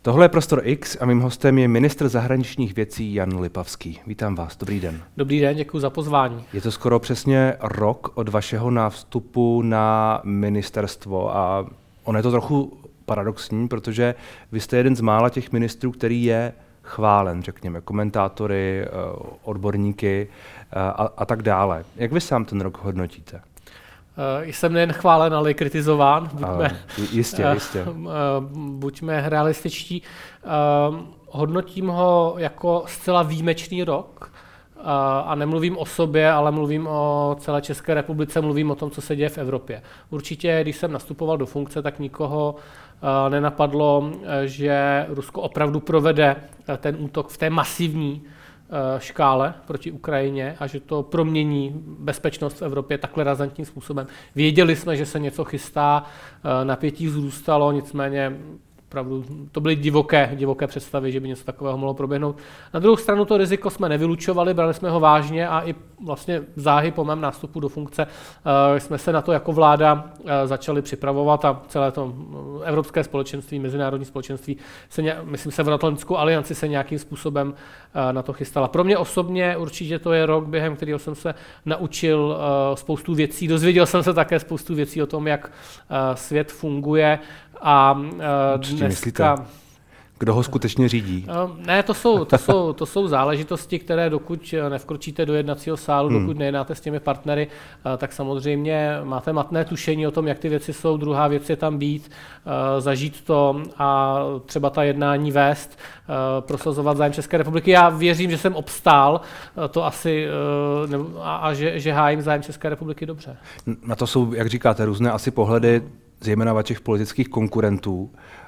Tohle je Prostor X a mým hostem je ministr zahraničních věcí Jan Lipavský. Vítám vás, dobrý den. Dobrý den, děkuji za pozvání. Je to skoro přesně rok od vašeho nástupu na ministerstvo a ono je to trochu paradoxní, protože vy jste jeden z mála těch ministrů, který je chválen, řekněme, komentátory, odborníky a tak dále. Jak vy sám ten rok hodnotíte? Jsem nejen chválen, ale i kritizován. Jistě. Buďme realističtí. Hodnotím ho jako zcela výjimečný rok. A nemluvím o sobě, ale mluvím o celé České republice, mluvím o tom, co se děje v Evropě. Určitě, když jsem nastupoval do funkce, tak nikoho nenapadlo, že Rusko opravdu provede ten útok v té masivní škále proti Ukrajině a že to promění bezpečnost v Evropě takhle razantním způsobem. Věděli jsme, že se něco chystá, napětí vzrůstalo, nicméně opravdu to byly divoké představy, že by něco takového mohlo proběhnout. Na druhou stranu to riziko jsme nevylučovali, brali jsme ho vážně a i vlastně záhy po mém nástupu do funkce jsme se na to jako vláda začali připravovat a celé to evropské společenství, mezinárodní společenství, myslím Severoatlantickou alianci se nějakým způsobem na to chystala. Pro mě osobně určitě to je rok, během kterého jsem se naučil spoustu věcí, dozvěděl jsem se také spoustu věcí o tom, jak svět funguje a dneska... Myslíte? Kdo ho skutečně řídí? Ne, to jsou záležitosti, které dokud nevkročíte do jednacího sálu, dokud nejednáte s těmi partnery, tak samozřejmě máte matné tušení o tom, jak ty věci jsou. Druhá věc je tam být, zažít to a třeba ta jednání vést, prosazovat zájem České republiky. Já věřím, že jsem obstál to asi a že hájím zájem České republiky dobře. Na to jsou, jak říkáte, různé asi pohledy, zejména vašich politických konkurentů.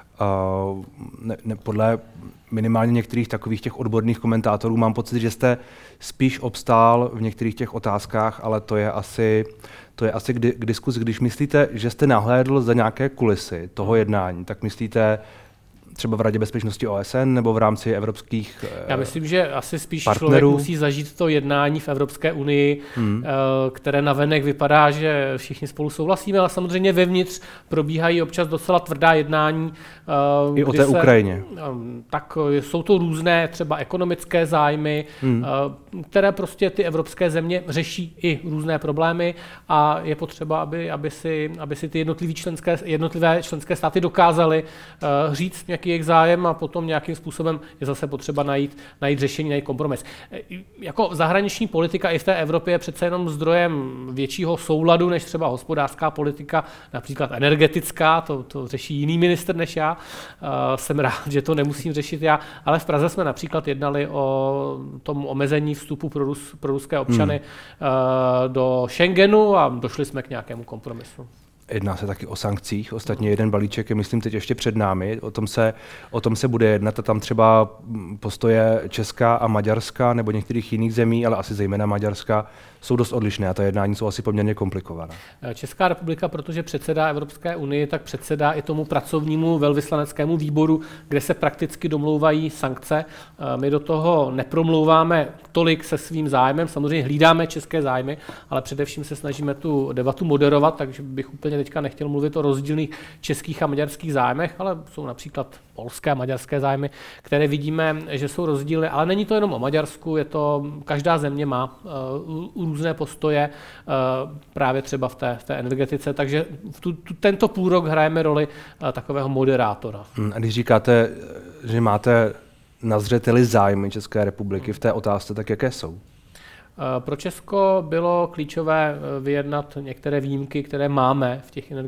Podle minimálně některých takových těch odborných komentátorů mám pocit, že jste spíš obstál v některých těch otázkách, ale to je asi k diskuzi. Když myslíte, že jste nahlédl za nějaké kulisy toho jednání, tak myslíte třeba v Radě bezpečnosti OSN nebo v rámci evropských Já myslím, že asi spíš partnerů? Člověk musí zažít to jednání v Evropské unii, které navenek vypadá, že všichni spolu souhlasíme, ale samozřejmě vevnitř probíhají občas docela tvrdá jednání. I o té Ukrajině. Tak jsou to různé třeba ekonomické zájmy, které prostě ty evropské země řeší i různé problémy a je potřeba, aby si ty jednotlivé členské státy dokázaly říct nějaký jejich zájem a potom nějakým způsobem je zase potřeba najít řešení, najít kompromis. Jako zahraniční politika i v té Evropě je přece jenom zdrojem většího souladu než třeba hospodářská politika, například energetická, to řeší jiný ministr než já. Jsem rád, že to nemusím řešit já, ale v Praze jsme například jednali o tom omezení vstupu pro ruské občany do Schengenu a došli jsme k nějakému kompromisu. Jedná se taky o sankcích. Ostatně jeden balíček je, myslím, teď ještě před námi. O tom se bude jednat a tam třeba postoje Česka a Maďarska nebo některých jiných zemí, ale asi zejména Maďarska, jsou dost odlišné a ta jednání jsou asi poměrně komplikovaná. Česká republika, protože předsedá Evropské unii, tak předsedá i tomu pracovnímu velvyslaneckému výboru, kde se prakticky domlouvají sankce. My do toho nepromlouváme tolik se svým zájmem, samozřejmě hlídáme české zájmy, ale především se snažíme tu debatu moderovat, takže bych úplně teďka nechtěl mluvit o rozdílných českých a maďarských zájmech, ale jsou například polské a maďarské zájmy, které vidíme, že jsou rozdílné, ale není to jenom o Maďarsku, každá země má různé postoje, právě třeba v té energetice, takže tento půlrok hrajeme roli takového moderátora. A když říkáte, že máte na zřeteli zájmy České republiky v té otázce, tak jaké jsou? Pro Česko bylo klíčové vyjednat některé výjimky, které máme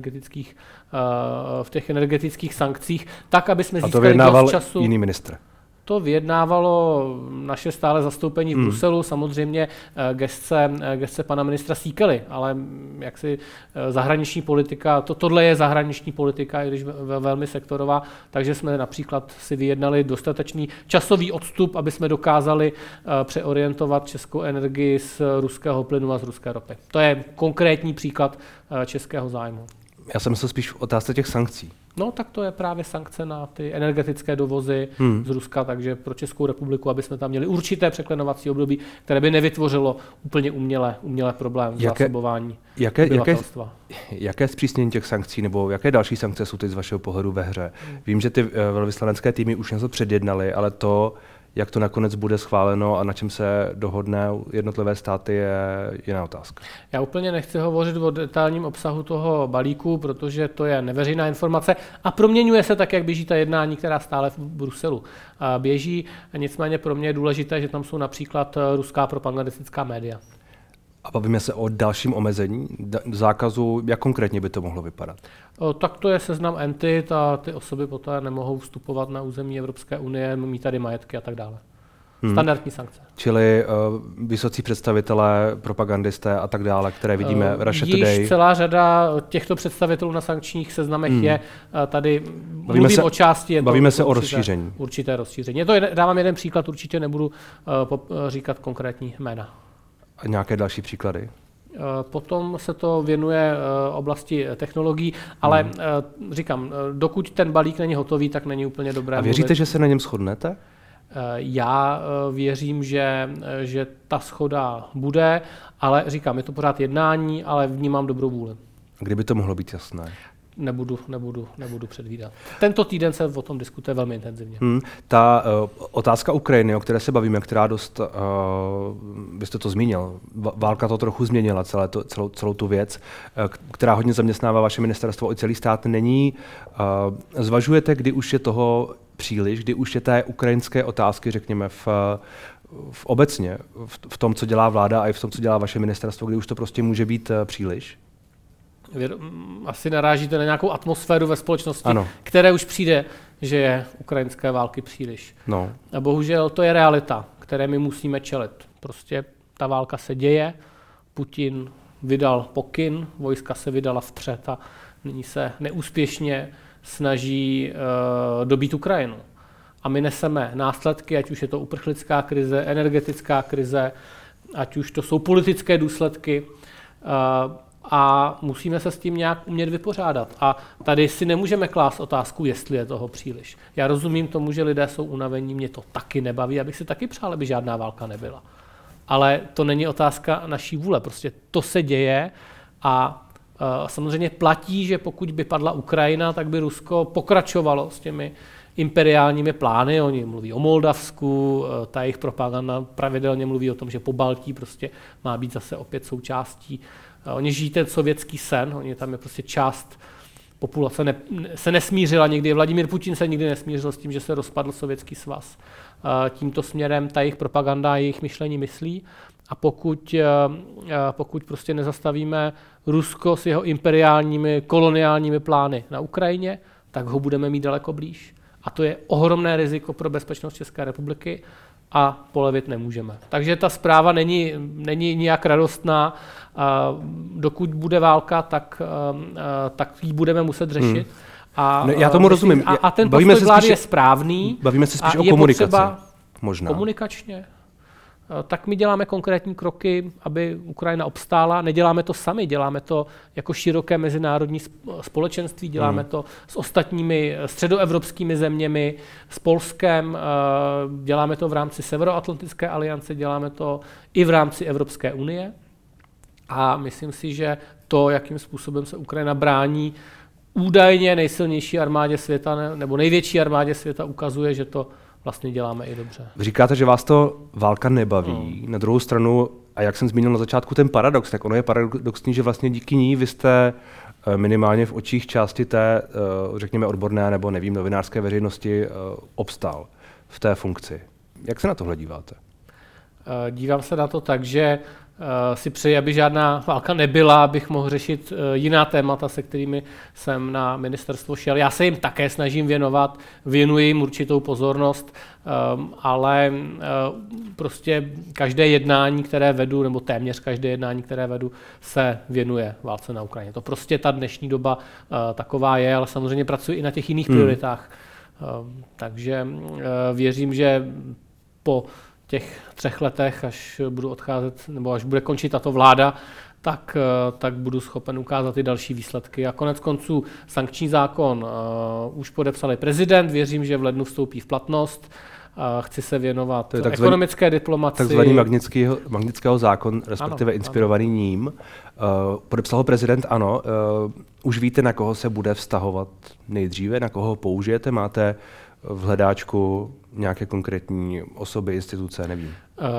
v těch energetických sankcích, tak, aby jsme získali dost času. Jiný ministr. To vyjednávalo naše stále zastoupení v Bruselu, samozřejmě gesce pana ministra Síkely, ale jaksi zahraniční politika, tohle je zahraniční politika, i když velmi sektorová, takže jsme například si vyjednali dostatečný časový odstup, aby jsme dokázali přeorientovat českou energii z ruského plynu a z ruské ropy. To je konkrétní příklad českého zájmu. Já jsem myslel spíš v otázce těch sankcí. No, tak to je právě sankce na ty energetické dovozy z Ruska, takže pro Českou republiku, aby jsme tam měli určité období, které by nevytvořilo úplně umělé problém v zásobování obyvatelstva. Jaké zpřísnění těch sankcí nebo jaké další sankce jsou teď z vašeho pohledu ve hře? Vím, že ty velvyslanecké týmy už něco předjednaly, ale to, jak to nakonec bude schváleno a na čem se dohodne jednotlivé státy, je jiná otázka. Já úplně nechci hovořit o detailním obsahu toho balíku, protože to je neveřejná informace a proměňuje se tak, jak běží ta jednání, která stále v Bruselu běží. Nicméně pro mě je důležité, že tam jsou například ruská propagandistická média. A bavíme se o dalším omezení, zákazu, jak konkrétně by to mohlo vypadat? Tak to je seznam entit a ty osoby poté nemohou vstupovat na území Evropské unie, mít tady majetky a tak dále. Standardní sankce. Čili vysocí představitelé, propagandisté a tak dále, které vidíme Russia Today. Již celá řada těchto představitelů na sankčních seznamech je tady. Mluvím o části. Bavíme se o rozšíření. Určité rozšíření. Dávám jeden příklad, určitě nebudu říkat konkrétní jména. A nějaké další příklady? Potom se to věnuje oblasti technologií, ale říkám, dokud ten balík není hotový, tak není úplně dobré. A věříte, že se na něm shodnete? Já věřím, že ta shoda bude, ale říkám, je to pořád jednání, ale vnímám dobrou vůli. Kdyby to mohlo být jasné? Nebudu předvídat. Tento týden se o tom diskutuje velmi intenzivně. Ta otázka Ukrajiny, o které se bavíme, která dost, vy jste to zmínil, válka to trochu změnila, celou tu věc, která hodně zaměstnává vaše ministerstvo i celý stát, není. Zvažujete, kdy už je toho příliš, kdy už je té ukrajinské otázky, řekněme, v obecně, v tom, co dělá vláda a i v tom, co dělá vaše ministerstvo, kdy už to prostě může být příliš? Asi narážíte na nějakou atmosféru ve společnosti, ano. Které už přijde, že je ukrajinské války příliš. No. A bohužel to je realita, které my musíme čelit. Prostě ta válka se děje, Putin vydal pokyn, vojska se vydala vpřed a nyní se neúspěšně snaží dobít Ukrajinu. A my neseme následky, ať už je to uprchlická krize, energetická krize, ať už to jsou politické důsledky, a musíme se s tím nějak umět vypořádat. A tady si nemůžeme klást otázku, jestli je toho příliš. Já rozumím tomu, že lidé jsou unavení, mě to taky nebaví, abych si taky přál, aby žádná válka nebyla. Ale to není otázka naší vůle, prostě to se děje a samozřejmě platí, že pokud by padla Ukrajina, tak by Rusko pokračovalo s těmi imperiálními plány. Oni mluví o Moldavsku, ta jejich propaganda pravidelně mluví o tom, že Pobaltí prostě má být zase opět součástí. Oni žijí ten sovětský sen, oni tam je prostě část populace se nesmířila nikdy. Vladimír Putin se nikdy nesmířil s tím, že se rozpadl Sovětský svaz. Tímto směrem ta jejich propaganda a jejich myšlení myslí. A pokud prostě nezastavíme Rusko s jeho imperiálními, koloniálními plány na Ukrajině, tak ho budeme mít daleko blíž. A to je ohromné riziko pro bezpečnost České republiky a polevit nemůžeme. Takže ta zpráva není nijak radostná. Dokud bude válka, tak ji budeme muset řešit. Já tomu rozumím. A ten postoj vlády je správný. Bavíme se spíš o komunikaci. Možná. Komunikačně. Tak my děláme konkrétní kroky, aby Ukrajina obstála. Neděláme to sami, děláme to jako široké mezinárodní společenství, děláme to s ostatními středoevropskými zeměmi, s Polskem, děláme to v rámci Severoatlantické aliance, děláme to i v rámci Evropské unie. A myslím si, že to, jakým způsobem se Ukrajina brání údajně nejsilnější armádě světa nebo největší armádě světa, ukazuje, že to vlastně děláme i dobře. Říkáte, že vás to válka nebaví. Na druhou stranu, a jak jsem zmínil na začátku ten paradox, tak ono je paradoxní, že vlastně díky ní vy jste minimálně v očích části té, řekněme, odborné nebo nevím, novinářské veřejnosti obstál v té funkci. Jak se na tohle díváte? Dívám se na to tak, že si přeji, aby žádná válka nebyla, abych mohl řešit jiná témata, se kterými jsem na ministerstvo šel. Já se jim také snažím věnovat, věnuji jim určitou pozornost, ale prostě každé jednání, které vedu, nebo téměř každé jednání, které vedu, se věnuje válce na Ukrajině. To prostě ta dnešní doba taková je, ale samozřejmě pracuji i na těch jiných prioritách. Takže věřím, že po těch 3 letech, až budu odcházet, nebo až bude končit tato vláda, tak budu schopen ukázat i další výsledky. A konec konců sankční zákon už podepsal prezident, věřím, že v lednu vstoupí v platnost. Chci se věnovat ekonomické diplomacii. Takzvaný Magnitského zákon, respektive inspirovaný ním. Podepsal ho prezident, ano. Už víte, na koho se bude vztahovat nejdříve, na koho ho použijete? Máte v hledáčku nějaké konkrétní osoby, instituce, nevím.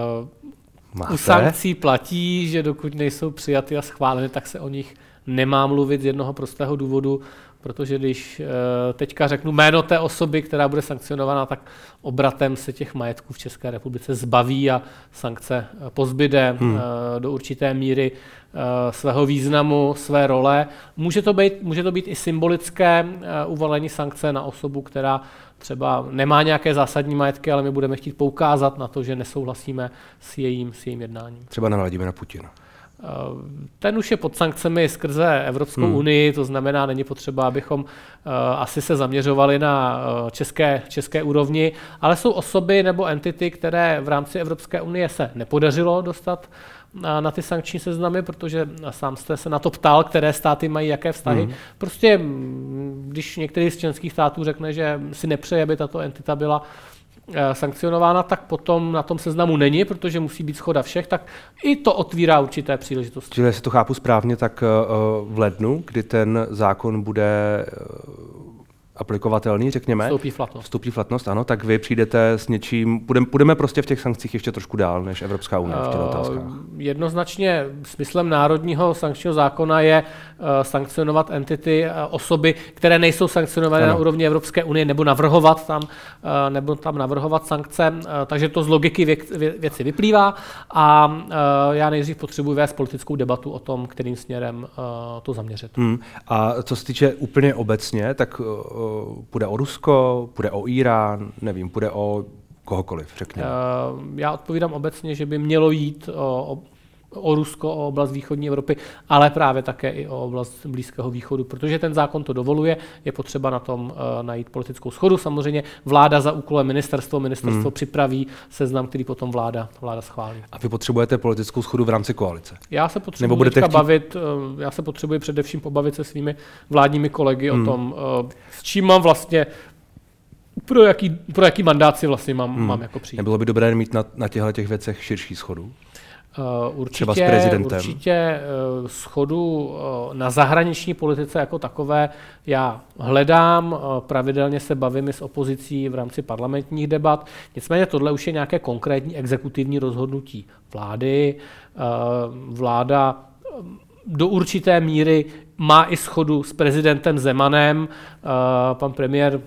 U sankcí platí, že dokud nejsou přijaty a schváleny, tak se o nich nemá mluvit z jednoho prostého důvodu, protože když teďka řeknu jméno té osoby, která bude sankcionovaná, tak obratem se těch majetků v České republice zbaví a sankce pozbyde do určité míry svého významu, své role. Může to být i symbolické uvalení sankce na osobu, která třeba nemá nějaké zásadní majetky, ale my budeme chtít poukázat na to, že nesouhlasíme s jejím jednáním. Třeba na Vladimira Putina. Ten už je pod sankcemi skrze Evropskou unii, to znamená, není potřeba, abychom asi se zaměřovali na české úrovni, ale jsou osoby nebo entity, které v rámci Evropské unie se nepodařilo dostat na ty sankční seznamy, protože sám jste se na to ptal, které státy mají jaké vztahy. Prostě, když některý z členských států řekne, že si nepřeje, aby tato entita byla sankcionována, tak potom na tom seznamu není, protože musí být shoda všech, tak i to otvírá určité příležitosti. Čili jestli to chápu správně, tak v lednu, kdy ten zákon bude aplikovatelný, řekněme. Vstoupí v platnost, ano, tak vy přijdete s něčím, budeme prostě v těch sankcích ještě trošku dál než Evropská unie v těch otázkách. Jednoznačně smyslem národního sankčního zákona je sankcionovat entity, osoby, které nejsou sankcionované na úrovni Evropské unie, nebo tam navrhovat sankce, takže to z logiky věci vyplývá a já nejdřív potřebuji vést politickou debatu o tom, kterým směrem to zaměřit. A co se týče úplně obecně, tak půjde o Rusko, půjde o Irán, nevím, půjde o kohokoliv, řekněme. Já odpovídám obecně, že by mělo jít o Rusko, o oblast východní Evropy, ale právě také i o oblast Blízkého východu, protože ten zákon to dovoluje, je potřeba na tom najít politickou shodu. Samozřejmě vláda za úkolem ministerstvo připraví seznam, který potom vláda schválí. A vy potřebujete politickou shodu v rámci koalice? Já se potřebuji především pobavit se svými vládními kolegy o tom, s čím mám vlastně pro jaký mandát si vlastně mám jako přijít. Nebylo by dobré mít na těchto věcech širší shodu? Určitě shodu na zahraniční politice jako takové já hledám, pravidelně se bavím s opozicí v rámci parlamentních debat, nicméně tohle už je nějaké konkrétní exekutivní rozhodnutí vlády. Vláda do určité míry má i shodu s prezidentem Zemanem, pan premiér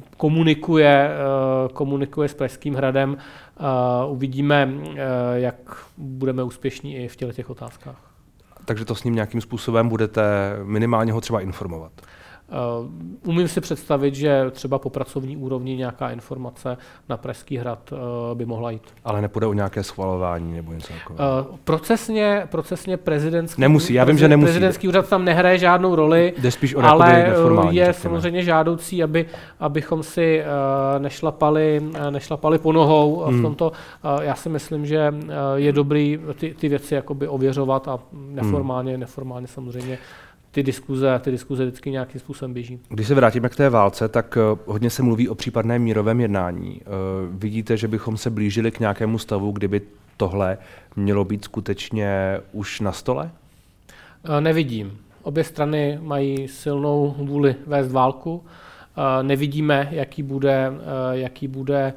komunikuje s Pražským hradem, uvidíme, jak budeme úspěšní i v těch otázkách. Takže to s ním nějakým způsobem budete minimálně ho třeba informovat? Umím si představit, že třeba po pracovní úrovni nějaká informace na Pražský hrad by mohla jít. Ale nepůjde o nějaké schvalování nebo něco takového? Procesně prezidentský, nemusí, já vím, že nemusí. Prezidentský úřad tam nehraje žádnou roli, ale je samozřejmě žádoucí, abychom si nešlapali po nohou v tomto. Já si myslím, že je dobrý ty věci jakoby ověřovat a neformálně samozřejmě ty diskuze vždycky nějakým způsobem běží. Když se vrátíme k té válce, tak hodně se mluví o případném mírovém jednání. Vidíte, že bychom se blížili k nějakému stavu, kdyby tohle mělo být skutečně už na stole? Nevidím. Obě strany mají silnou vůli vést válku. Nevidíme, jaký bude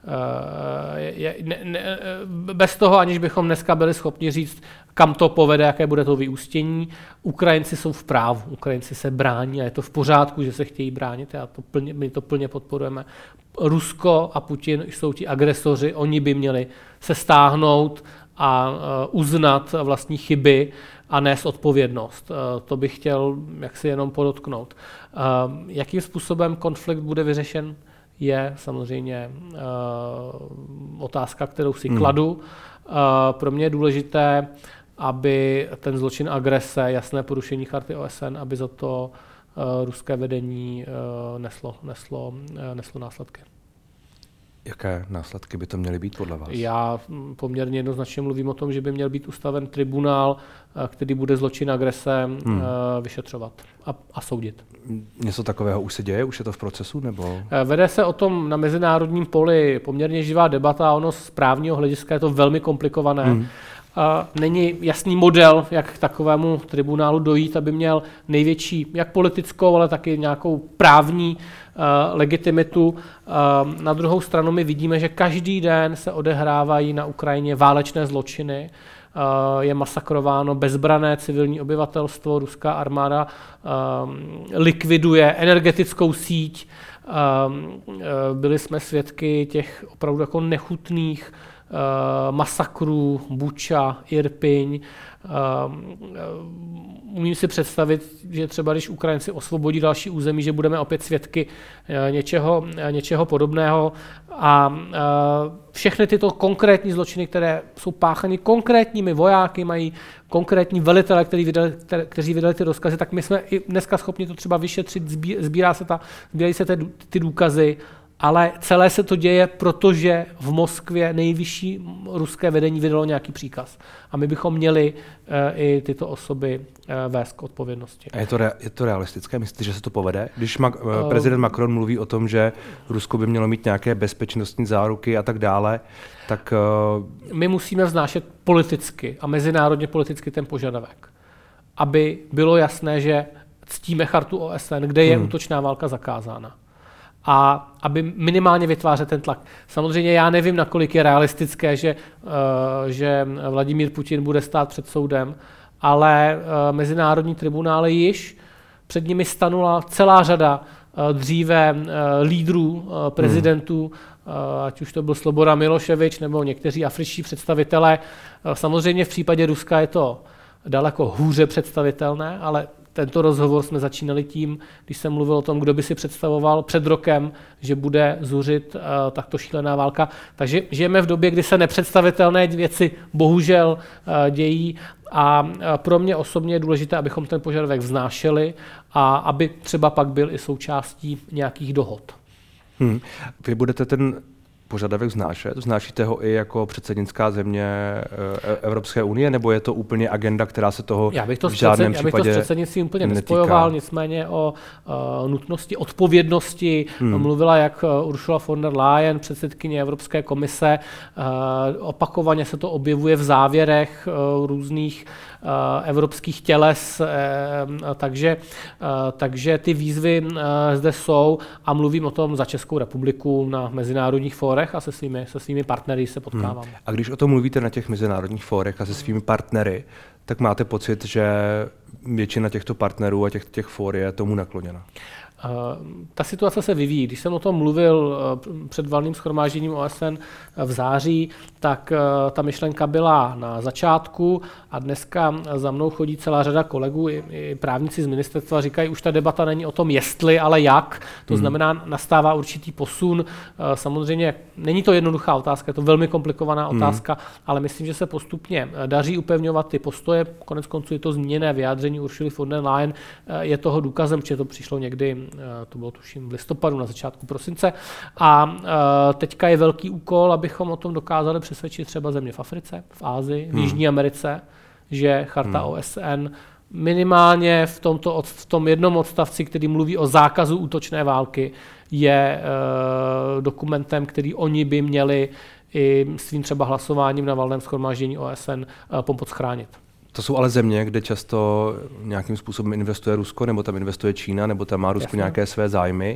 bez toho, aniž bychom dneska byli schopni říct, kam to povede, jaké bude to vyústění. Ukrajinci jsou v právu, Ukrajinci se brání a je to v pořádku, že se chtějí bránit, my to plně podporujeme. Rusko a Putin jsou ti agresoři, oni by měli se stáhnout a uznat vlastní chyby a nést odpovědnost. To bych chtěl jaksi jenom podotknout. Jakým způsobem konflikt bude vyřešen, je samozřejmě otázka, kterou si kladu. Pro mě je důležité, aby ten zločin agrese, jasné porušení charty OSN, aby za to ruské vedení neslo následky. Jaké následky by to měly být podle vás? Já poměrně jednoznačně mluvím o tom, že by měl být ustaven tribunál, který bude zločin agrese vyšetřovat a soudit. Něco takového už se děje? Už je to v procesu? Nebo? Vede se o tom na mezinárodním poli poměrně živá debata, ono z právního hlediska je to velmi komplikované. Není jasný model, jak k takovému tribunálu dojít, aby měl největší jak politickou, ale taky nějakou právní legitimitu. Na druhou stranu my vidíme, že každý den se odehrávají na Ukrajině válečné zločiny. Je masakrováno bezbrané civilní obyvatelstvo, ruská armáda likviduje energetickou síť. Byli jsme svědky těch opravdu jako nechutných masakrů, Buča, Irpiň. Umím si představit, že třeba když Ukrajinci osvobodí další území, že budeme opět svědky něčeho podobného. A všechny tyto konkrétní zločiny, které jsou páchány konkrétními vojáky, mají konkrétní velitele, kteří vydali ty rozkazy, tak my jsme i dneska schopni to třeba vyšetřit, sbírají se ty důkazy, ale celé se to děje, protože v Moskvě nejvyšší ruské vedení vydalo nějaký příkaz. A my bychom měli i tyto osoby vést k odpovědnosti. A je to realistické? Myslíte, že se to povede? Když prezident Macron mluví o tom, že Rusko by mělo mít nějaké bezpečnostní záruky a tak dále, tak... My musíme vznášet politicky a mezinárodně politicky ten požadavek, aby bylo jasné, že ctíme chartu OSN, kde je útočná válka zakázána. A aby minimálně vytvářet ten tlak. Samozřejmě já nevím, nakolik je realistické, že Vladimír Putin bude stát před soudem, ale mezinárodní tribunály již před nimi stanula celá řada dříve lídrů, prezidentů, ať už to byl Slobodan Miloševič nebo někteří afričtí představitelé. Samozřejmě v případě Ruska je to daleko hůře představitelné, ale tento rozhovor jsme začínali tím, když jsem mluvil o tom, kdo by si představoval před rokem, že bude zuřit takto šílená válka. Takže žijeme v době, kdy se nepředstavitelné věci bohužel dějí a pro mě osobně je důležité, abychom ten požadavek vznášeli a aby třeba pak byl i součástí nějakých dohod. Vy budete ten požadavek vznášet? Vznášíte ho i jako předsednická země Evropské unie, nebo je to úplně agenda, která se toho v žádném případě Já bych to s předsednictvím úplně nespojoval, nicméně o nutnosti odpovědnosti mluvila jak Ursula von der Leyen, předsedkyně Evropské komise, opakovaně se to objevuje v závěrech různých evropských těles, takže ty výzvy zde jsou a mluvím o tom za Českou republiku na mezinárodních fórech a se svými partnery se potkávám. A když o tom mluvíte na těch mezinárodních fórech a se svými partnery, tak máte pocit, že většina těchto partnerů a těch fór je tomu nakloněna? Ta situace se vyvíjí. Když jsem o tom mluvil před valným shromážděním OSN v září, tak ta myšlenka byla na začátku a dneska za mnou chodí celá řada kolegů, i právníci z ministerstva říkají, už ta debata není o tom jestli, ale jak. To znamená, nastává určitý posun. Samozřejmě není to jednoduchá otázka, je to velmi komplikovaná otázka, ale myslím, že se postupně daří upevňovat ty postoje. Konec konců je to zmíněné vyjádření Ursuly von der Leyen, je toho důkazem, že to přišlo někdy, to bylo tuším v listopadu, na začátku prosince. A teďka je velký úkol, abychom o tom dokázali přesvědčit třeba země v Africe, v Asii, v Jižní Americe, že charta OSN minimálně v tom jednom odstavci, který mluví o zákazu útočné války, je dokumentem, který oni by měli i svým třeba hlasováním na valném shromáždění OSN pomoct chránit. To jsou ale země, kde často nějakým způsobem investuje Rusko, nebo tam investuje Čína, nebo tam má Rusko nějaké své zájmy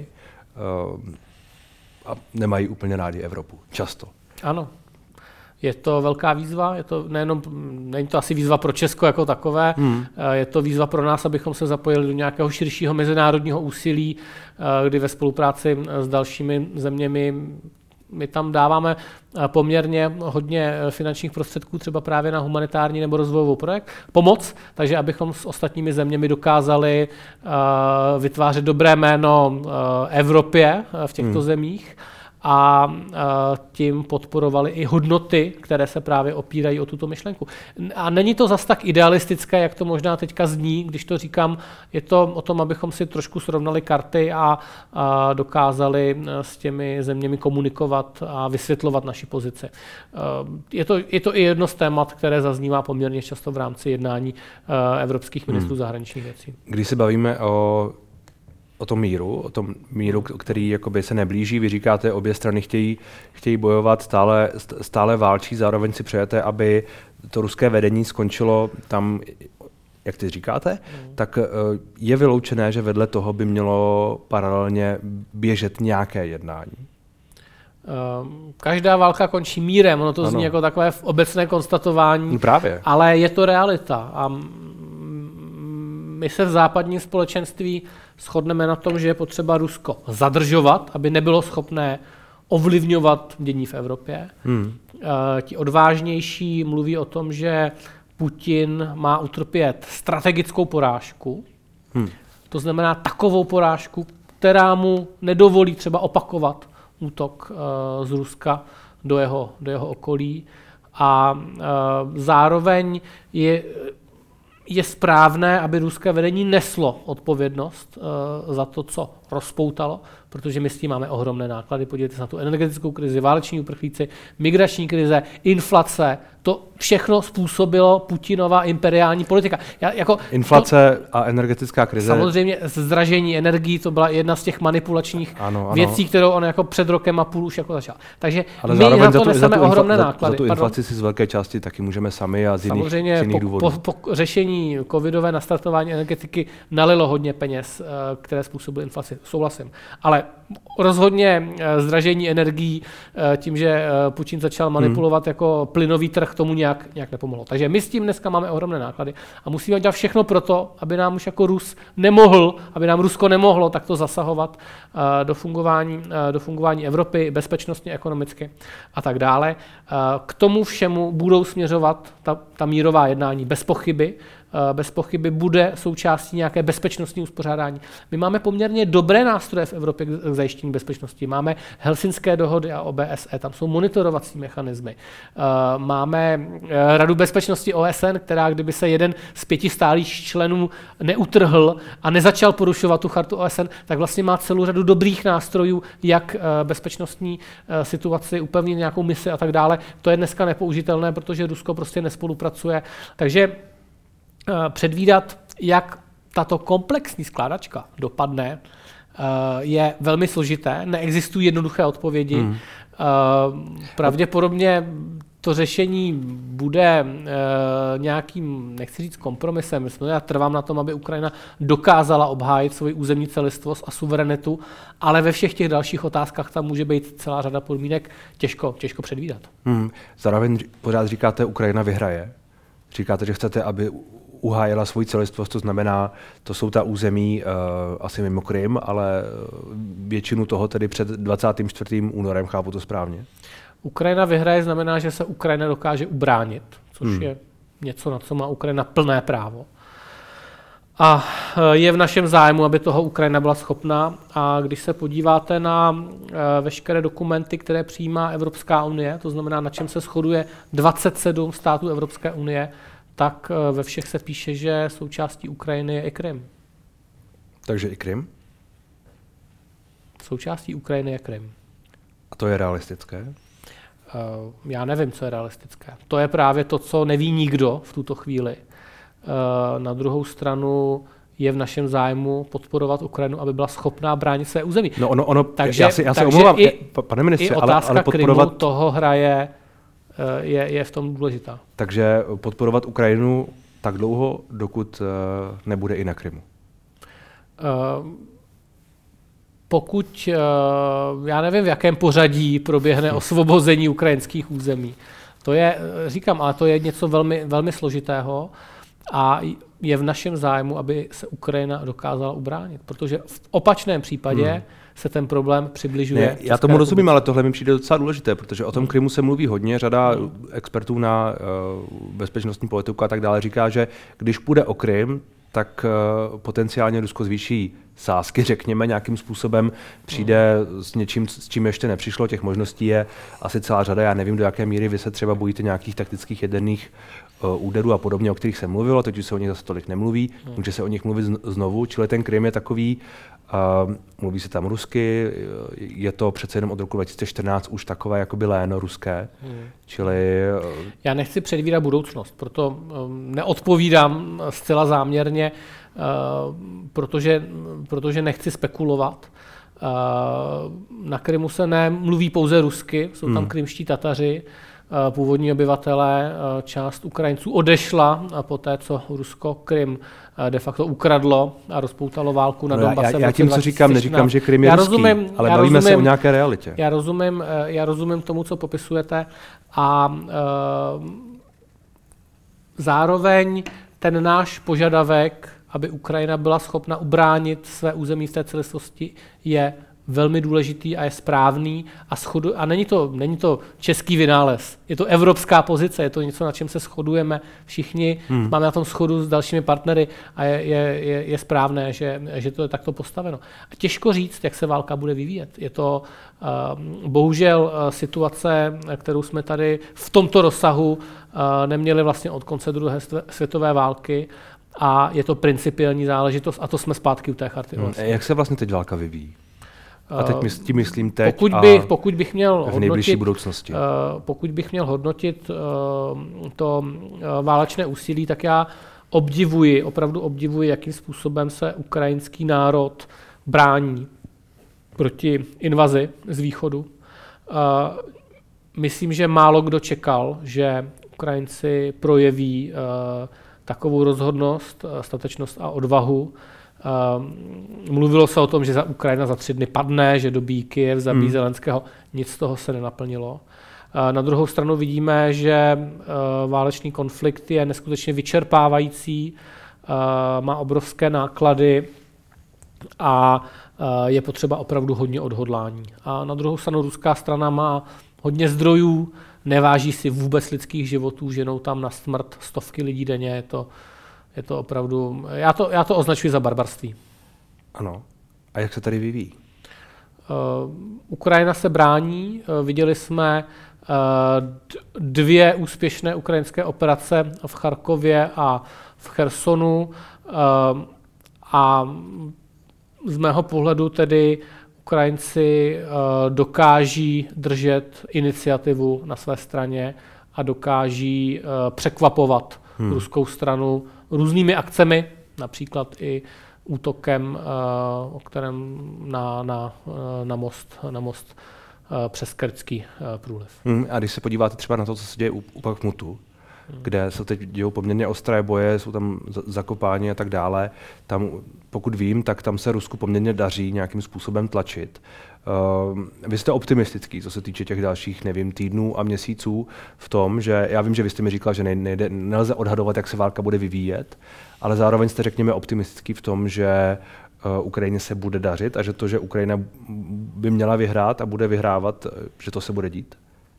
a nemají úplně rádi Evropu. Často. Ano. Je to velká výzva, není to asi výzva pro Česko jako takové, je to výzva pro nás, abychom se zapojili do nějakého širšího mezinárodního úsilí, kdy ve spolupráci s dalšími zeměmi my tam dáváme poměrně hodně finančních prostředků třeba právě na humanitární nebo rozvojovou pomoc, takže abychom s ostatními zeměmi dokázali vytvářet dobré jméno Evropě v těchto zemích a tím podporovali i hodnoty, které se právě opírají o tuto myšlenku. A není to zas tak idealistické, jak to možná teďka zní, když to říkám, je to o tom, abychom si trošku srovnali karty a dokázali s těmi zeměmi komunikovat a vysvětlovat naši pozici. Je to i jedno z témat, které zaznívá poměrně často v rámci jednání evropských ministrů zahraničních věcí. Když se bavíme o tom míru, který jakoby se neblíží, vy říkáte, obě strany chtějí bojovat, stále válčí, zároveň si přejete, aby to ruské vedení skončilo tam, jak ty říkáte, tak je vyloučené, že vedle toho by mělo paralelně běžet nějaké jednání? Každá válka končí mírem, ono to zní jako takové obecné konstatování, právě. Ale je to realita. A my se v západním společenství shodneme na tom, že je potřeba Rusko zadržovat, aby nebylo schopné ovlivňovat dění v Evropě. Ti odvážnější mluví o tom, že Putin má utrpět strategickou porážku. To znamená takovou porážku, která mu nedovolí třeba opakovat útok z Ruska do jeho okolí. A zároveň je správné, aby ruské vedení neslo odpovědnost za to, co rozpoutalo, protože my s tím máme ohromné náklady. Podívejte se na tu energetickou krizi, váleční uprchlíci, migrační krize, inflace. To všechno způsobilo Putinova imperiální politika. Inflace a energetická krize. Samozřejmě zdražení energií, to byla jedna z těch manipulačních věcí, kterou on jako před rokem a půl už jako začal. Takže ale my na to neseme ohromné náklady. Za tu inflaci si z velké části taky můžeme sami a z jiných důvodů. Po řešení covidové nastartování energetiky nalilo hodně peněz, které způsobily inflaci. Souhlasím. Ale rozhodně zdražení energií tím, že Putin začal manipulovat jako plynový trh, tomu nějak nepomohlo. Takže my s tím dneska máme ohromné náklady a musíme dělat všechno pro to, aby nám už jako aby nám Rusko nemohlo takto zasahovat do fungování Evropy, bezpečnostně, ekonomicky a tak dále. K tomu všemu budou směřovat ta mírová jednání bez pochyby. Bez pochyby bude součástí nějaké bezpečnostní uspořádání. My máme poměrně dobré nástroje v Evropě k zajištění bezpečnosti. Máme Helsinské dohody a OBSE, tam jsou monitorovací mechanismy. Máme Radu bezpečnosti OSN, která kdyby se jeden z 5 stálých členů neutrhl a nezačal porušovat tu chartu OSN, tak vlastně má celou řadu dobrých nástrojů, jak bezpečnostní situaci upevnit, nějakou misi a tak dále. To je dneska nepoužitelné, protože Rusko prostě nespolupracuje. Takže předvídat, jak tato komplexní skládačka dopadne, je velmi složité. Neexistují jednoduché odpovědi. Pravděpodobně to řešení bude nějakým, nechci říct kompromisem. Já trvám na tom, aby Ukrajina dokázala obhájit svoji územní celistvost a suverenitu, ale ve všech těch dalších otázkách tam může být celá řada podmínek těžko předvídat. Zároveň pořád říkáte, Ukrajina vyhraje. Říkáte, že chcete, aby uhájila svoji celistvost, to znamená, to jsou ta území asi mimo Krym, ale většinu toho tedy před 24. únorem, chápu to správně? Ukrajina vyhraje znamená, že se Ukrajina dokáže ubránit, což je něco, na co má Ukrajina plné právo. A je v našem zájmu, aby toho Ukrajina byla schopná. A když se podíváte na veškeré dokumenty, které přijímá Evropská unie, to znamená, na čem se shoduje 27 států Evropské unie, tak ve všech se píše, že součástí Ukrajiny je i Krym. Takže i Krym? Součástí Ukrajiny je Krym. A to je realistické? Já nevím, co je realistické. To je právě to, co neví nikdo v tuto chvíli. Na druhou stranu je v našem zájmu podporovat Ukrajinu, aby byla schopná bránit své území. Takže já se omlouvám, pane ministře, ale podporovat Krymu toho hraje je v tom důležitá. Takže podporovat Ukrajinu tak dlouho, dokud nebude i na Krymu? Pokud, já nevím, v jakém pořadí proběhne osvobození ukrajinských území. To je, říkám, ale to je něco velmi, velmi složitého a je v našem zájmu, aby se Ukrajina dokázala ubránit, protože v opačném případě se ten problém přibližuje. Ne, já tomu rozumím, ale tohle mi přijde docela důležité, protože o tom Krymu se mluví hodně. Řada expertů na bezpečnostní politiku a tak dále říká, že když půjde o Krym, tak potenciálně Rusko zvýší sázky, řekněme, nějakým způsobem přijde s něčím, s čím ještě nepřišlo. Těch možností je asi celá řada. Já nevím, do jaké míry vy se třeba bojíte nějakých taktických jaderných úderů a podobně, o kterých se mluvilo, teď už se o nich zase tolik nemluví, může se o nich mluvit znovu, čili ten Krym je takový, mluví se tam rusky, je to přece jenom od roku 2014 už takové jakoby léno ruské, čili... Já nechci předvídat budoucnost, proto neodpovídám zcela záměrně, protože nechci spekulovat. Na Krymu se nemluví pouze rusky, jsou tam krymští Tataři, původní obyvatelé, část Ukrajinců odešla po té, co Rusko Krym de facto ukradlo a rozpoutalo válku na Donbase. Já tím, co říkám, neříkám, že Krym je ruský, ale bavíme se o nějaké realitě. Já rozumím tomu, co popisujete a zároveň ten náš požadavek, aby Ukrajina byla schopna ubránit své území v té celistvosti, je velmi důležitý a je správný a není to český vynález, je to evropská pozice, je to něco, na čem se shodujeme všichni, máme na tom shodu s dalšími partnery a je správné, že to je takto postaveno. A těžko říct, jak se válka bude vyvíjet. Je to bohužel situace, kterou jsme tady v tomto rozsahu neměli vlastně od konce druhé světové války a je to principiální záležitost a to jsme zpátky u té charty. Jak se vlastně teď válka vyvíjí? A teď tím myslím teď pokud bych měl v nejbližší budoucnosti. Pokud bych měl hodnotit to válečné úsilí, tak já opravdu obdivuji, jakým způsobem se ukrajinský národ brání proti invazi z východu. Myslím, že málo kdo čekal, že Ukrajinci projeví takovou rozhodnost, statečnost a odvahu. Mluvilo se o tom, že Ukrajina za 3 dny padne, že dobíjí Kyjev, zabíjí Zelenského. Nic z toho se nenaplnilo. Na druhou stranu vidíme, že válečný konflikt je neskutečně vyčerpávající, má obrovské náklady a je potřeba opravdu hodně odhodlání. A na druhou stranu ruská strana má hodně zdrojů, neváží si vůbec lidských životů, ženou tam na smrt stovky lidí denně. Je to opravdu, já to označuji za barbarství. Ano. A jak se tady vyvíjí? Ukrajina se brání. Viděli jsme 2 úspěšné ukrajinské operace v Charkově a v Chersonu. A z mého pohledu tedy Ukrajinci dokáží držet iniciativu na své straně a dokáží překvapovat ruskou stranu různými akcemi, například i útokem na most přes Kerčský průliv. A když se podíváte třeba na to, co se děje u Bachmutu, kde se teď dějou poměrně ostré boje, jsou tam zakopání a tak dále, tam, pokud vím, tak tam se Rusku poměrně daří nějakým způsobem tlačit. Vy jste optimistický, co se týče těch dalších, týdnů a měsíců v tom, že já vím, že vy jste mi říkal, že nelze odhadovat, jak se válka bude vyvíjet, ale zároveň jste, řekněme, optimistický v tom, že Ukrajině se bude dařit a že to, že Ukrajina by měla vyhrát a bude vyhrávat, že to se bude dít?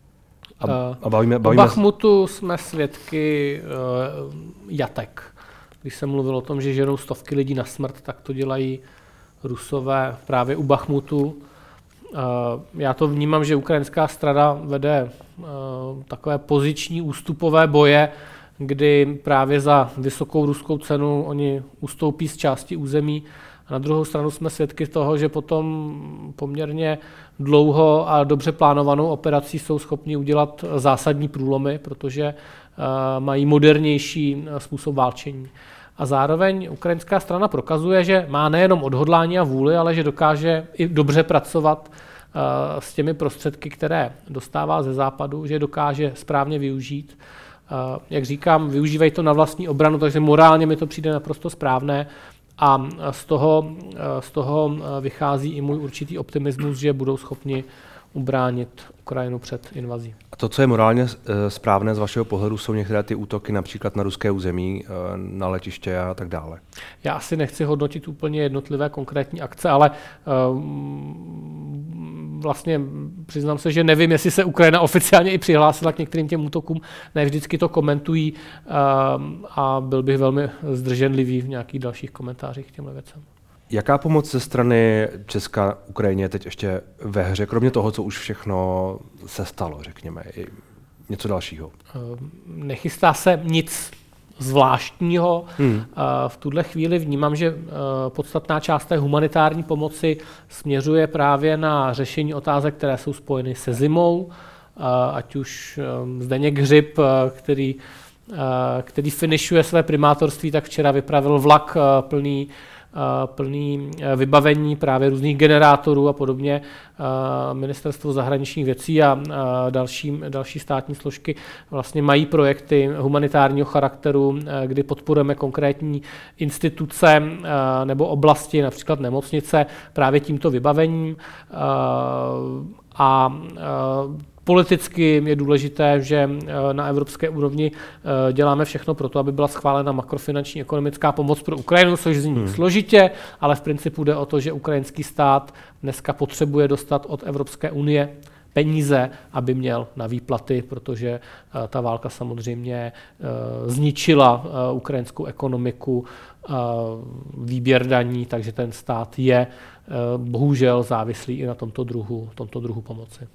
V Bachmutu jsme svědky jatek. Když jsem mluvil o tom, že ženou stovky lidí na smrt, tak to dělají Rusové právě u Bachmutu. Já to vnímám, že ukrajinská strana vede takové poziční ústupové boje, kdy právě za vysokou ruskou cenu oni ustoupí z části území. A na druhou stranu jsme svědky toho, že potom poměrně dlouho a dobře plánovanou operací jsou schopni udělat zásadní průlomy, protože mají modernější způsob válčení. A zároveň ukrajinská strana prokazuje, že má nejenom odhodlání a vůli, ale že dokáže i dobře pracovat s těmi prostředky, které dostává ze západu, že dokáže správně využít. Jak říkám, využívají to na vlastní obranu, takže morálně mi to přijde naprosto správné. A z toho vychází i můj určitý optimismus, že budou schopni ubránit Ukrajinu před invazí. A to, co je morálně správné z vašeho pohledu, jsou některé ty útoky například na ruské území, na letiště a tak dále? Já asi nechci hodnotit úplně jednotlivé konkrétní akce, ale vlastně přiznám se, že nevím, jestli se Ukrajina oficiálně i přihlásila k některým těm útokům. Ne vždycky to komentují a byl bych velmi zdrženlivý v nějakých dalších komentářích k těmhle věcem. Jaká pomoc ze strany Česka Ukrajině je teď ještě ve hře, kromě toho, co už všechno se stalo, řekněme, i něco dalšího? Nechystá se nic zvláštního. V tuhle chvíli vnímám, že podstatná část té humanitární pomoci směřuje právě na řešení otázek, které jsou spojeny se zimou, ať už Zdeněk Hřib, který finišuje své primátorství, tak včera vypravil vlak plný vybavení právě různých generátorů a podobně. Ministerstvo zahraničních věcí a další státní složky vlastně mají projekty humanitárního charakteru, kdy podporujeme konkrétní instituce nebo oblasti, například nemocnice, právě tímto vybavením. Politicky je důležité, že na evropské úrovni děláme všechno pro to, aby byla schválena makrofinanční ekonomická pomoc pro Ukrajinu, což zní složitě, ale v principu jde o to, že ukrajinský stát dneska potřebuje dostat od Evropské unie peníze, aby měl na výplaty, protože ta válka samozřejmě zničila ukrajinskou ekonomiku, výběr daní, takže ten stát je bohužel závislý i na tomto druhu pomoci.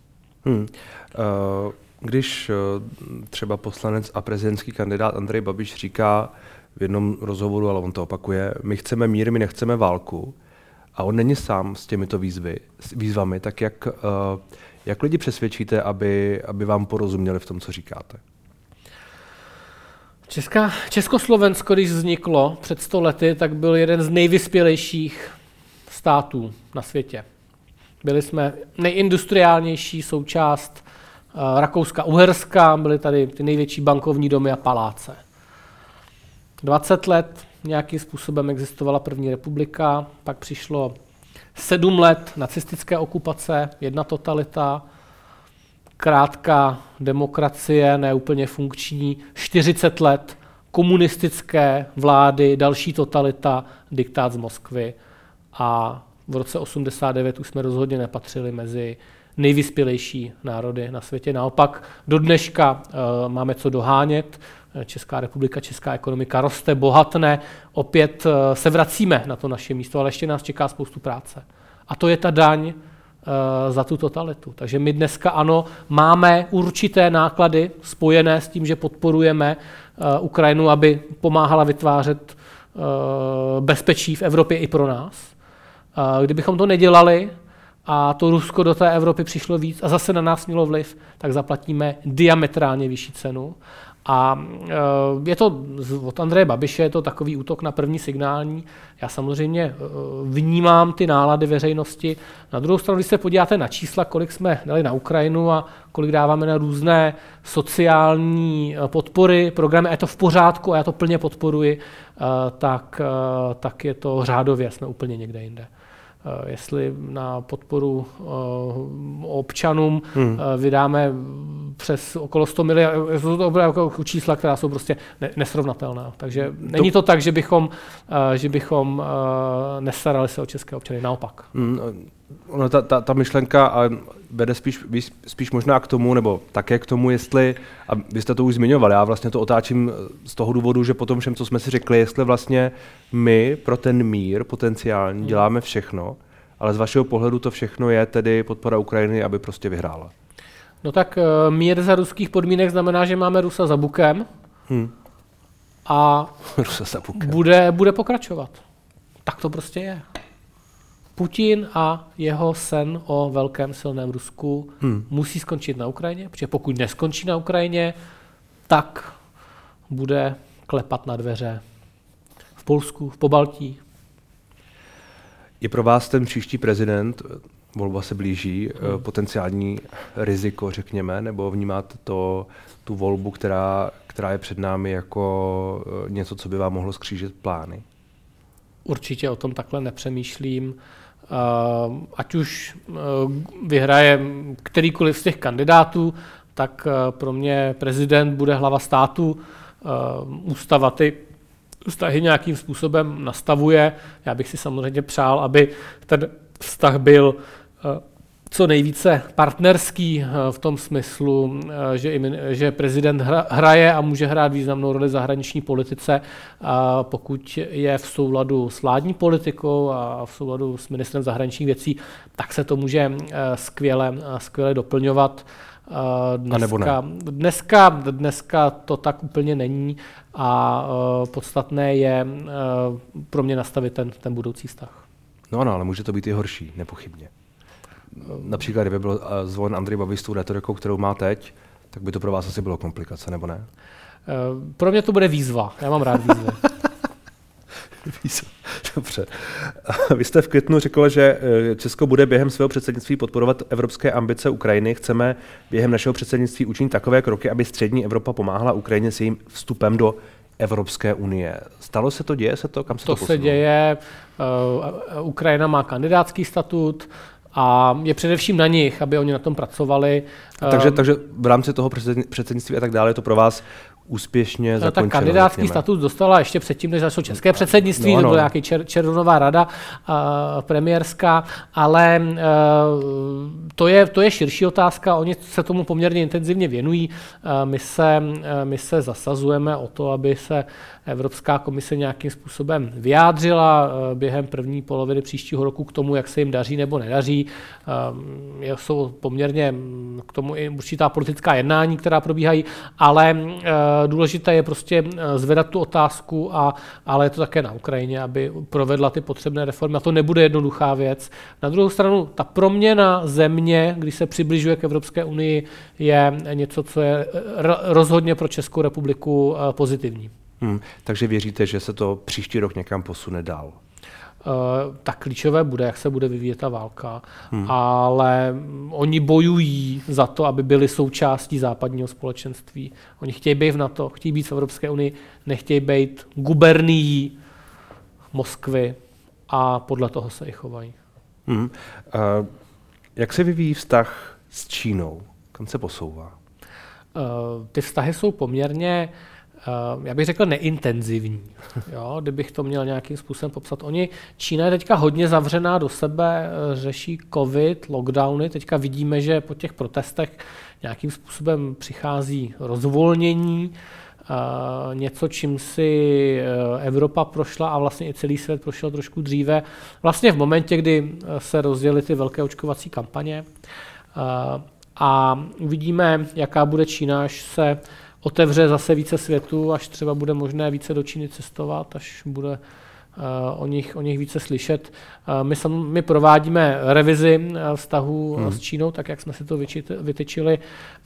Když třeba poslanec a prezidentský kandidát Andrej Babiš říká v jednom rozhovoru, ale on to opakuje, my chceme mír, my nechceme válku, a on není sám s těmito výzvami, tak jak lidi přesvědčíte, aby vám porozuměli v tom, co říkáte? Československo, když vzniklo před 100 lety, tak byl jeden z nejvyspělejších států na světě. Byli jsme nejindustriálnější součást Rakouska-Uherska, byly tady ty největší bankovní domy a paláce. 20 let nějakým způsobem existovala první republika, pak přišlo 7 let nacistické okupace, jedna totalita, krátká demokracie, neúplně funkční, 40 let komunistické vlády, další totalita, diktát z Moskvy a v roce 89 už jsme rozhodně nepatřili mezi nejvyspělejší národy na světě. Naopak do dneška máme co dohánět. Česká republika, česká ekonomika roste, bohatne. Opět se vracíme na to naše místo, ale ještě nás čeká spoustu práce. A to je ta daň za tu totalitu. Takže my dneska ano, máme určité náklady spojené s tím, že podporujeme Ukrajinu, aby pomáhala vytvářet bezpečí v Evropě i pro nás. Kdybychom to nedělali a to Rusko do té Evropy přišlo víc a zase na nás mělo vliv, tak zaplatíme diametrálně vyšší cenu. A je to od Andreje Babiše, je to takový útok na první signální. Já samozřejmě vnímám ty nálady veřejnosti. Na druhou stranu, když se podíváte na čísla, kolik jsme dali na Ukrajinu a kolik dáváme na různé sociální podpory, programy, a je to v pořádku a já to plně podporuji, tak je to řádově, jsme úplně někde jinde. Jestli na podporu občanům vydáme přes okolo 100 miliard, jsou to jako čísla, která jsou prostě nesrovnatelná. Takže není to tak, že bychom nestarali se o české občany, naopak. Ta myšlenka vede spíš možná k tomu, nebo také k tomu, jestli, a vy jste to už zmiňovali, já vlastně to otáčím z toho důvodu, že po tom všem, co jsme si řekli, jestli vlastně my pro ten mír potenciální děláme všechno, ale z vašeho pohledu to všechno je tedy podpora Ukrajiny, aby prostě vyhrála. No tak mír za ruských podmínek znamená, že máme Rusa za bukem a Rusa za bukem. Bude pokračovat. Tak to prostě je. Putin a jeho sen o velkém silném Rusku musí skončit na Ukrajině, protože pokud neskončí na Ukrajině, tak bude klepat na dveře v Polsku, v Pobaltí. Je pro vás ten příští prezident, volba se blíží, potenciální riziko, řekněme, nebo vnímáte tu volbu, která je před námi jako něco, co by vám mohlo skřížit plány? Určitě o tom takhle nepřemýšlím. Ať už vyhraje kterýkoliv z těch kandidátů, tak pro mě prezident bude hlava státu. Ústava ty vztahy nějakým způsobem nastavuje. Já bych si samozřejmě přál, aby ten vztah byl co nejvíce partnerský v tom smyslu, že prezident hraje a může hrát významnou roli v zahraniční politice, pokud je v souladu s vládní politikou a v souladu s ministrem zahraničních věcí, tak se to může skvěle doplňovat. Dneska to tak úplně není a podstatné je pro mě nastavit ten budoucí vztah. No, ale může to být i horší, nepochybně. Například, kdyby byl zvolen Andrej Babiš s tou retorikou, kterou má teď, tak by to pro vás asi bylo komplikace, nebo ne? Pro mě to bude výzva. Já mám rád výzvy. Dobře. Vy jste v květnu řekl, že Česko bude během svého předsednictví podporovat evropské ambice Ukrajiny. Chceme během našeho předsednictví učinit takové kroky, aby střední Evropa pomáhala Ukrajině s jejím vstupem do Evropské unie. Stalo se to, děje se to? Kam se to posunulo? Se děje. Ukrajina má kandidátský statut a je především na nich, aby oni na tom pracovali. Takže v rámci toho předsednictví a tak dále je to pro vás úspěšně zakončeno. Tak kandidátský status dostala ještě předtím, než začalo české předsednictví, to byla nějaký červnová rada premiérská, ale to je širší otázka, oni se tomu poměrně intenzivně věnují. My se zasazujeme o to, aby se Evropská komise nějakým způsobem vyjádřila během první poloviny příštího roku k tomu, jak se jim daří nebo nedaří. Jsou poměrně k tomu i určitá politická jednání, která probíhají, ale důležité je prostě zvedat tu otázku, ale je to také na Ukrajině, aby provedla ty potřebné reformy. A to nebude jednoduchá věc. Na druhou stranu, ta proměna země, když se přibližuje k Evropské unii, je něco, co je rozhodně pro Českou republiku pozitivní. Takže věříte, že se to příští rok někam posune dál? Tak klíčové bude, jak se bude vyvíjet ta válka, ale oni bojují za to, aby byli součástí západního společenství. Oni chtějí být v NATO, chtějí být v Evropské unii, nechtějí být gubernií Moskvy a podle toho se i chovají. Jak se vyvíjí vztah s Čínou? Kam se posouvá? Ty vztahy jsou poměrně, já bych řekl, neintenzivní. Jo, kdybych to měl nějakým způsobem popsat. Čína je teďka hodně zavřená do sebe, řeší covid, lockdowny. Teďka vidíme, že po těch protestech nějakým způsobem přichází rozvolnění, něco, čím si Evropa prošla a vlastně i celý svět prošel trošku dříve. Vlastně v momentě, kdy se rozjely ty velké očkovací kampaně a uvidíme, jaká bude Čína, až se otevře zase více světu, až třeba bude možné více do Číny cestovat, až bude o nich více slyšet. My provádíme revizi vztahů s Čínou, tak jak jsme si to vytyčili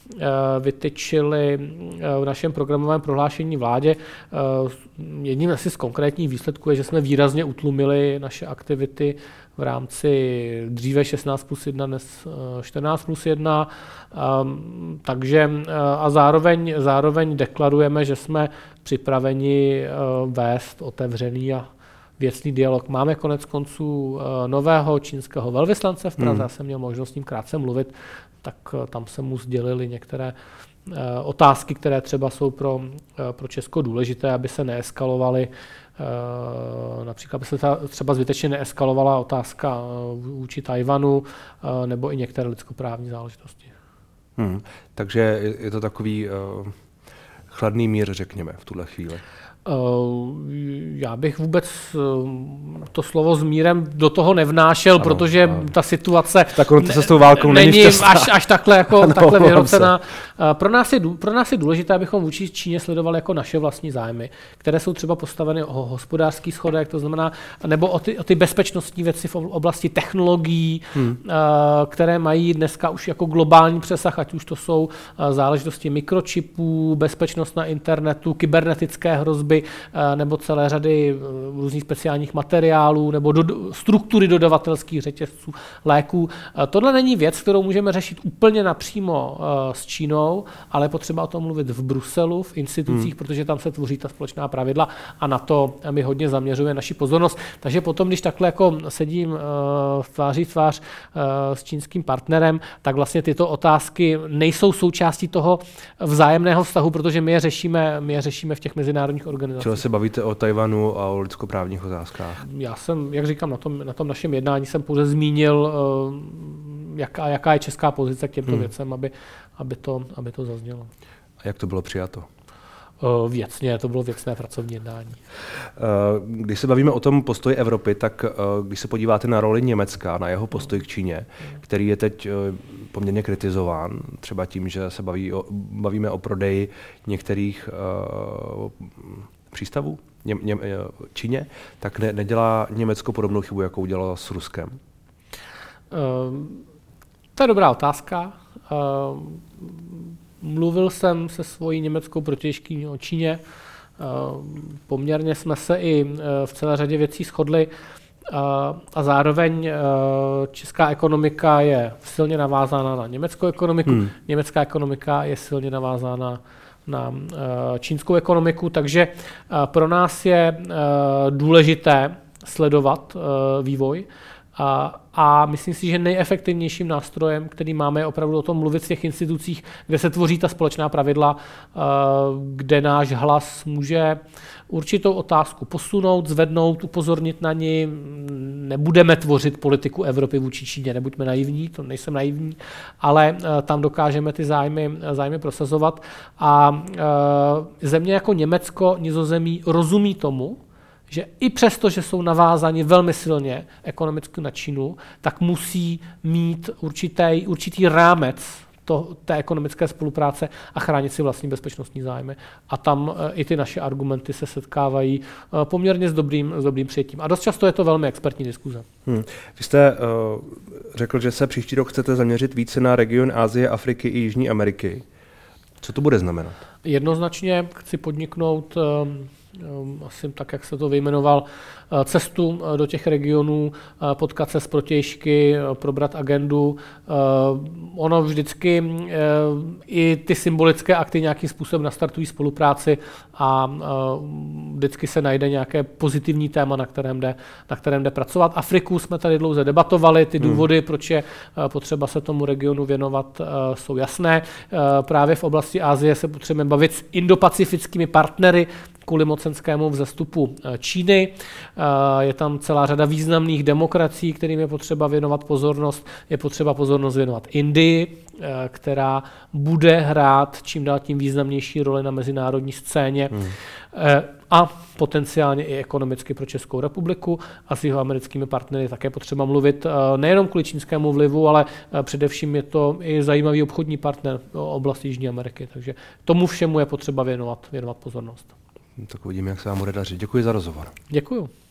v našem programovém prohlášení vládě. Jedním asi z konkrétních výsledků je, že jsme výrazně utlumili naše aktivity v rámci dříve 16+1, dnes 14+1, takže a zároveň deklarujeme, že jsme připraveni vést otevřený a věcný dialog. Máme konec konců nového čínského velvyslance v Praze, já jsem měl možnost s ním krátce mluvit, tak tam se mu sdělily některé otázky, které třeba jsou pro Česko důležité, aby se neeskalovaly. Například by se třeba zbytečně neeskalovala otázka vůči Tajvanu nebo i některé lidskoprávní záležitosti. Takže je to takový chladný mír, řekněme, v tuhle chvíli. Já bych vůbec to slovo s mírem do toho nevnášel, protože ta situace se s tou válkou není šťastná. Až takhle vyhrocená. Pro nás je důležité, abychom vůči Číně sledovali jako naše vlastní zájmy, které jsou třeba postaveny o hospodářský schodek, to znamená, nebo o ty bezpečnostní věci v oblasti technologií, které mají dneska už jako globální přesah, ať už to jsou záležitosti mikročipů, bezpečnost na internetu, kybernetické hrozby, nebo celé řady různých speciálních materiálů, nebo struktury dodavatelských řetězců léků. Tohle není věc, kterou můžeme řešit úplně napřímo s Čínou, ale je potřeba o tom mluvit v Bruselu, v institucích, protože tam se tvoří ta společná pravidla a na to my hodně zaměřujeme naši pozornost. Takže potom, když takhle jako sedím tváří tvář s čínským partnerem, tak vlastně tyto otázky nejsou součástí toho vzájemného vztahu, protože my je řešíme v těch mezinárodních organizacích. Čeho se bavíte o Tajvanu a o lidskoprávních otázkách? Já jsem, jak říkám, na tom našem jednání jsem pouze zmínil jaká je česká pozice k těmto věcem, aby to zaznělo. A jak to bylo přijato? Věcně, to bylo věcné pracovní jednání. Když se bavíme o tom postoji Evropy, tak když se podíváte na roli Německa, na jeho postoj k Číně, který je teď poměrně kritizován, třeba tím, že se bavíme o prodeji některých přístavů Číně, tak nedělá Německo podobnou chybu, jakou udělalo s Ruskem? To je dobrá otázka. Mluvil jsem se svojí německou protějškyní o Číně. Poměrně jsme se i v celé řadě věcí shodli a zároveň česká ekonomika je silně navázána na německou ekonomiku. Německá ekonomika je silně navázána na čínskou ekonomiku, takže pro nás je důležité sledovat vývoj. A myslím si, že nejefektivnějším nástrojem, který máme, je opravdu o tom mluvit v těch institucích, kde se tvoří ta společná pravidla, kde náš hlas může určitou otázku posunout, zvednout, upozornit na ní. Nebudeme tvořit politiku Evropy vůči Číně, nebuďme naivní, to nejsem naivní, ale tam dokážeme ty zájmy prosazovat. A země jako Německo, Nizozemí rozumí tomu, že i přesto, že jsou navázáni velmi silně ekonomicky na Čínu, tak musí mít určitý rámec té ekonomické spolupráce a chránit si vlastní bezpečnostní zájmy. A tam i ty naše argumenty se setkávají poměrně s dobrým přijetím. A dost často je to velmi expertní diskuze. Vy jste řekl, že se příští rok chcete zaměřit více na region Asie, Afriky i Jižní Ameriky. Co to bude znamenat? Jednoznačně chci podniknout asi tak, jak se to vyjmenoval, cestu do těch regionů, potkat se s protějšky, probrat agendu. Ono vždycky i ty symbolické akty nějakým způsobem nastartují spolupráci a vždycky se najde nějaké pozitivní téma, na kterém jde pracovat. Afriku jsme tady dlouze debatovali, ty důvody, proč je potřeba se tomu regionu věnovat, jsou jasné. Právě v oblasti Asie se potřebujeme bavit s indopacifickými partnery kvůli mocenskému vzestupu Číny. Je tam celá řada významných demokracií, kterým je potřeba věnovat pozornost. Je potřeba pozornost věnovat Indii, která bude hrát čím dál tím významnější roli na mezinárodní scéně a potenciálně i ekonomicky pro Českou republiku. A s jeho americkými partnery také potřeba mluvit nejenom kvůli čínskému vlivu, ale především je to i zajímavý obchodní partner v oblasti Jižní Ameriky. Takže tomu všemu je potřeba věnovat pozornost. Tak uvidíme, jak se vám bude dařit. Děkuji za rozhovor. Děkuju.